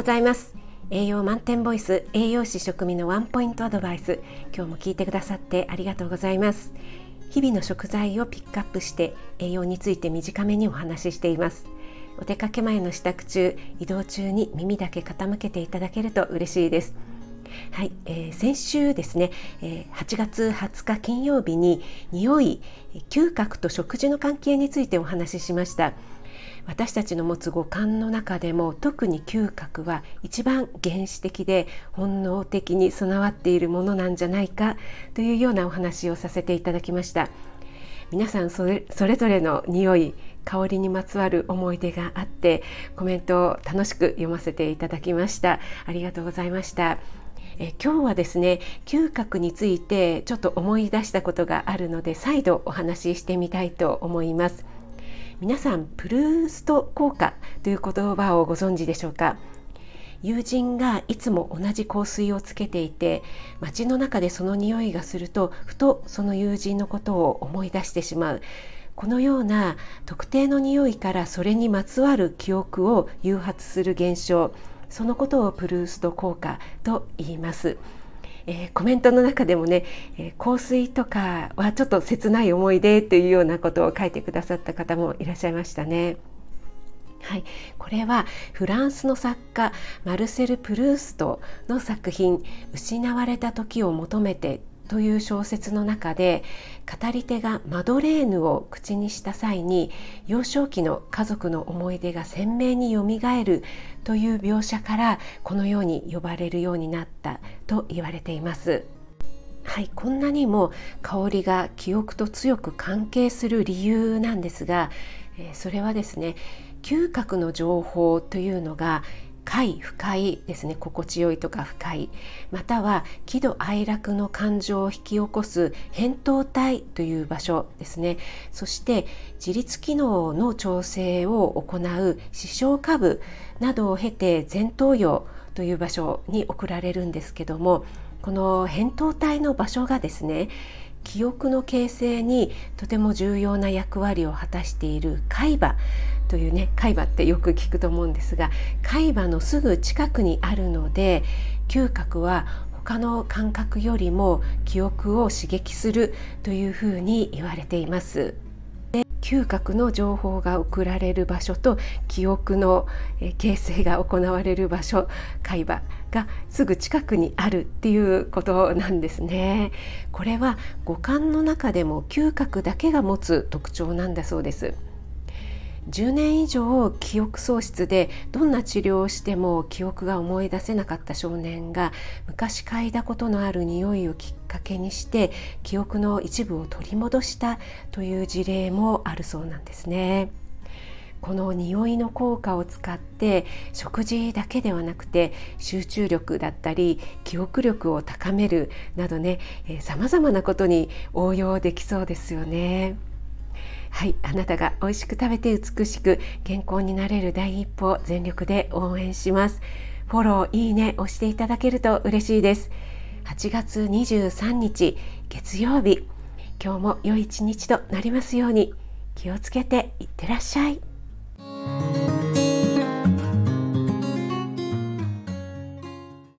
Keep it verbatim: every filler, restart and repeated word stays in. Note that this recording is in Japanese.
ございます。栄養満点ボイス、栄養士食味のワンポイントアドバイス。今日も聞いてくださってありがとうございます。日々の食材をピックアップして栄養について短めにお話ししています。お出かけ前の支度中、移動中に耳だけ傾けていただけると嬉しいです。はい、えー、先週ですね、えー、はちがつはつか金曜日に匂い、嗅覚と食事の関係についてお話ししました。私たちの持つ五感の中でも特に嗅覚は一番原始的で本能的に備わっているものなんじゃないかというようなお話をさせていただきました。皆さんそれ、それぞれの匂い、香りにまつわる思い出があってコメントを楽しく読ませていただきました。ありがとうございました。え今日はですね、嗅覚についてちょっと思い出したことがあるので再度お話ししてみたいと思います。皆さんプルースト効果という言葉をご存知でしょうか。友人がいつも同じ香水をつけていて街の中でその匂いがするとふとその友人のことを思い出してしまう。このような特定の匂いからそれにまつわる記憶を誘発する現象、そのことをプルースト効果と言います。えー、コメントの中でもね、えー、香水とかはちょっと切ない思い出というようなことを書いてくださった方もいらっしゃいましたね。はい、これはフランスの作家マルセル・プルーストの作品失われた時を求めてという小説の中で語り手がマドレーヌを口にした際に幼少期の家族の思い出が鮮明によみがえるという描写からこのように呼ばれるようになったと言われています。はい、こんなにも香りが記憶と強く関係する理由なんですが、それはですね、嗅覚の情報というのが快不快ですね、心地よいとか不快、または喜怒哀楽の感情を引き起こす扁桃体という場所ですね。そして自律機能の調整を行う視床下部などを経て前頭葉という場所に送られるんですけども、この扁桃体の場所がですね、記憶の形成にとても重要な役割を果たしている海馬というね、海馬ってよく聞くと思うんですが、海馬のすぐ近くにあるので嗅覚は他の感覚よりも記憶を刺激するというふうに言われています。で、嗅覚の情報が送られる場所と記憶の形成が行われる場所、海馬がすぐ近くにあるっていうことなんですね。これは五感の中でも嗅覚だけが持つ特徴なんだそうです。じゅうねん以上記憶喪失でどんな治療をしても記憶が思い出せなかった少年が昔嗅いだことのある匂いをきっかけにして記憶の一部を取り戻したという事例もあるそうなんですね。この匂いの効果を使って食事だけではなくて集中力だったり記憶力を高めるなどね、さまざまなことに応用できそうですよね。はい、あなたが美味しく食べて美しく健康になれる第一歩を全力で応援します。フォロー、いいね押していただけると嬉しいです。はちがつにじゅうさんにち月曜日、今日も良い一日となりますように。気をつけていってらっしゃい。